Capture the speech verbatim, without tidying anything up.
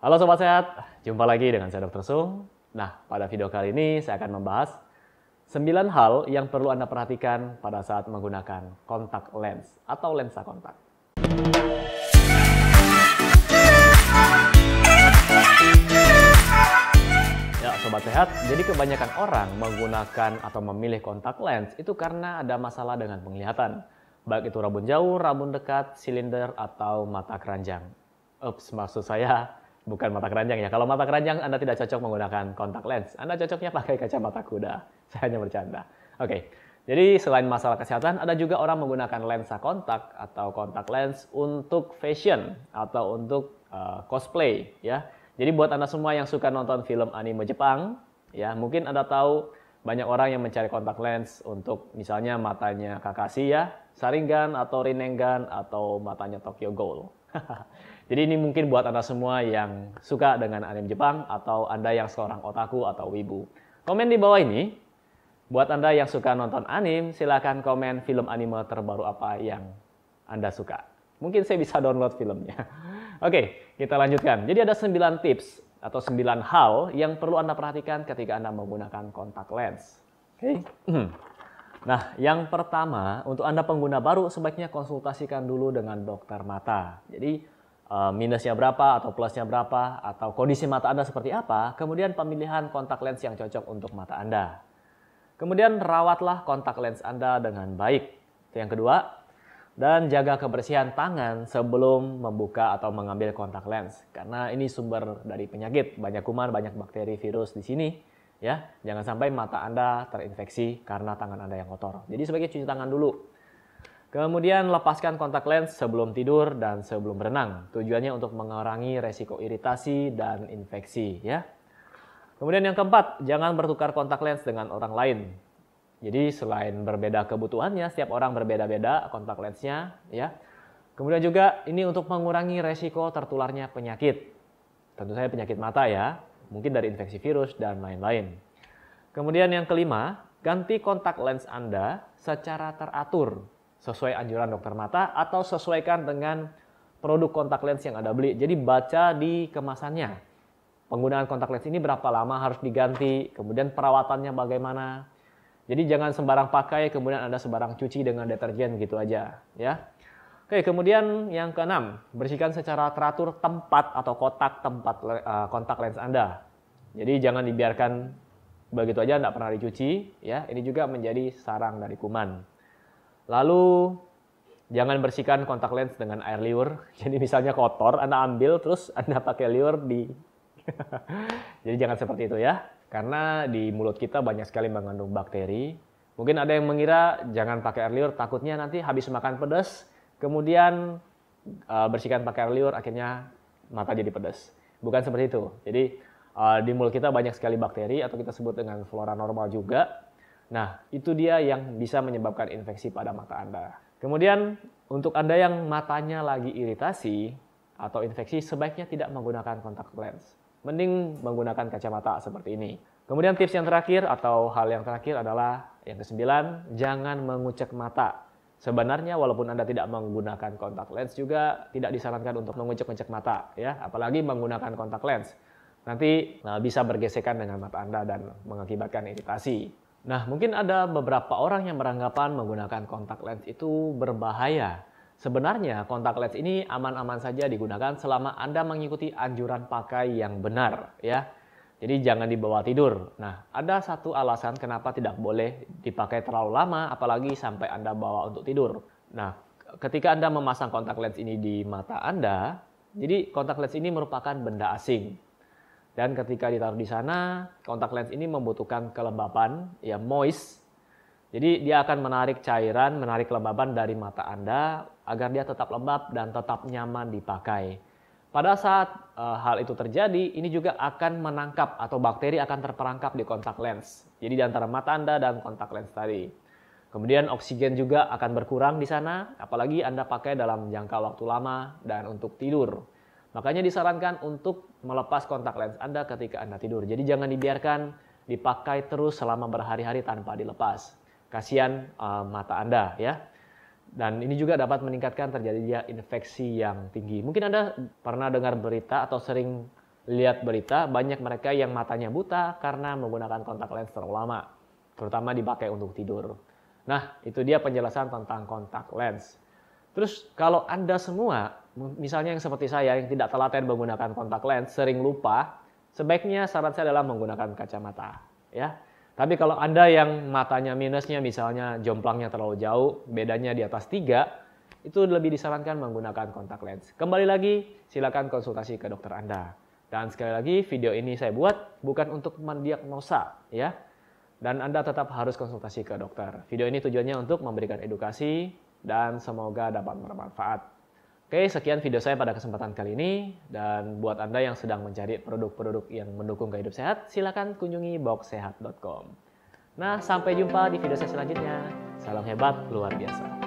Halo Sobat Sehat, jumpa lagi dengan saya Dokter Sung. Nah, pada video kali ini saya akan membahas sembilan hal yang perlu Anda perhatikan pada saat menggunakan kontak lens atau lensa kontak. Ya, Sobat Sehat, jadi kebanyakan orang menggunakan atau memilih kontak lens itu karena ada masalah dengan penglihatan. Baik itu rabun jauh, rabun dekat, silinder, atau mata keranjang. Ups, maksud saya bukan mata keranjang ya. Kalau mata keranjang Anda tidak cocok menggunakan kontak lens. Anda cocoknya pakai kacamata kuda. Saya hanya bercanda. Oke, jadi selain masalah kesehatan, ada juga orang menggunakan lensa kontak atau kontak lens untuk fashion atau untuk uh, cosplay ya. Jadi buat Anda semua yang suka nonton film anime Jepang, ya mungkin Anda tahu banyak orang yang mencari kontak lens untuk misalnya matanya Kakashi ya, Sharingan atau Rinnegan atau matanya Tokyo Ghoul. Jadi ini mungkin buat Anda semua yang suka dengan anime Jepang atau Anda yang seorang otaku atau wibu. Komen di bawah ini. Buat Anda yang suka nonton anime, silakan komen film anime terbaru apa yang Anda suka. Mungkin saya bisa download filmnya. Oke, kita lanjutkan. Jadi ada sembilan tips atau sembilan hal yang perlu Anda perhatikan ketika Anda menggunakan kontak lens. Oke. Nah, yang pertama, untuk Anda pengguna baru sebaiknya konsultasikan dulu dengan dokter mata. Jadi minusnya berapa atau plusnya berapa atau kondisi mata Anda seperti apa, kemudian pemilihan kontak lens yang cocok untuk mata Anda. Kemudian rawatlah kontak lens Anda dengan baik. Itu yang kedua. Dan jaga kebersihan tangan sebelum membuka atau mengambil kontak lens. Karena ini sumber dari penyakit, banyak kuman, banyak bakteri, virus di sini. Ya, jangan sampai mata Anda terinfeksi karena tangan Anda yang kotor. Jadi sebaiknya cuci tangan dulu. Kemudian lepaskan kontak lens sebelum tidur dan sebelum berenang. Tujuannya untuk mengurangi resiko iritasi dan infeksi. Ya. Kemudian yang keempat, jangan bertukar kontak lens dengan orang lain. Jadi selain berbeda kebutuhannya, setiap orang berbeda-beda kontak lensnya. Ya. Kemudian juga ini untuk mengurangi resiko tertularnya penyakit. Tentu saja penyakit mata ya, mungkin dari infeksi virus dan lain-lain. Kemudian yang kelima, ganti kontak lens Anda secara teratur. Sesuai anjuran dokter mata atau sesuaikan dengan produk kontak lens yang Anda beli. Jadi baca di kemasannya. Penggunaan kontak lens ini berapa lama harus diganti, kemudian perawatannya bagaimana. Jadi jangan sembarang pakai, kemudian Anda sembarang cuci dengan deterjen gitu aja. Ya. Oke, kemudian yang keenam, bersihkan secara teratur tempat atau kotak tempat uh, kontak lens Anda. Jadi jangan dibiarkan begitu aja, tidak pernah dicuci. Ya. Ini juga menjadi sarang dari kuman. Lalu jangan bersihkan kontak lens dengan air liur. Jadi misalnya kotor, Anda ambil terus Anda pakai liur di. Jadi jangan seperti itu ya. Karena di mulut kita banyak sekali mengandung bakteri. Mungkin ada yang mengira jangan pakai air liur, takutnya nanti habis makan pedas, kemudian uh, bersihkan pakai air liur, akhirnya mata jadi pedas. Bukan seperti itu. Jadi uh, di mulut kita banyak sekali bakteri atau kita sebut dengan flora normal juga. Nah, itu dia yang bisa menyebabkan infeksi pada mata Anda. Kemudian, untuk Anda yang matanya lagi iritasi atau infeksi, sebaiknya tidak menggunakan kontak lens. Mending menggunakan kacamata seperti ini. Kemudian tips yang terakhir atau hal yang terakhir adalah yang kesembilan, jangan mengucek mata. Sebenarnya walaupun Anda tidak menggunakan kontak lens juga tidak disarankan untuk mengucek-ucek mata. Ya, apalagi menggunakan kontak lens. Nanti nah, bisa bergesekan dengan mata Anda dan mengakibatkan iritasi. Nah, mungkin ada beberapa orang yang beranggapan menggunakan kontak lens itu berbahaya. Sebenarnya kontak lens ini aman-aman saja digunakan selama Anda mengikuti anjuran pakai yang benar. Ya. Jadi jangan dibawa tidur. Nah, ada satu alasan kenapa tidak boleh dipakai terlalu lama, apalagi sampai Anda bawa untuk tidur. Nah, ketika Anda memasang kontak lens ini di mata Anda, jadi kontak lens ini merupakan benda asing. Dan ketika ditaruh di sana, kontak lens ini membutuhkan kelembapan, ya moist. Jadi dia akan menarik cairan, menarik kelembapan dari mata Anda agar dia tetap lembab dan tetap nyaman dipakai. Pada saat e, hal itu terjadi, ini juga akan menangkap atau bakteri akan terperangkap di kontak lens. Jadi di antara mata Anda dan kontak lens tadi. Kemudian oksigen juga akan berkurang di sana, apalagi Anda pakai dalam jangka waktu lama dan untuk tidur. Makanya disarankan untuk melepas kontak lens Anda ketika Anda tidur. Jadi jangan dibiarkan dipakai terus selama berhari-hari tanpa dilepas. Kasihan uh, mata Anda ya. Dan ini juga dapat meningkatkan terjadinya infeksi yang tinggi. Mungkin Anda pernah dengar berita atau sering lihat berita banyak mereka yang matanya buta karena menggunakan kontak lens terlalu lama, terutama dipakai untuk tidur. Nah, itu dia penjelasan tentang kontak lens. Terus kalau Anda semua, misalnya yang seperti saya yang tidak telaten menggunakan kontak lens, sering lupa, sebaiknya saran saya adalah menggunakan kacamata, ya. Tapi kalau Anda yang matanya minusnya, misalnya jomplangnya terlalu jauh, bedanya di atas tiga, itu lebih disarankan menggunakan kontak lens. Kembali lagi, silakan konsultasi ke dokter Anda. Dan sekali lagi, video ini saya buat bukan untuk mendiagnosa, ya. Dan Anda tetap harus konsultasi ke dokter. Video ini tujuannya untuk memberikan edukasi dan semoga dapat bermanfaat. Oke, sekian video saya pada kesempatan kali ini. Dan buat Anda yang sedang mencari produk-produk yang mendukung gaya hidup sehat, silakan kunjungi box sehat dot com. Nah, sampai jumpa di video saya selanjutnya. Salam hebat, luar biasa.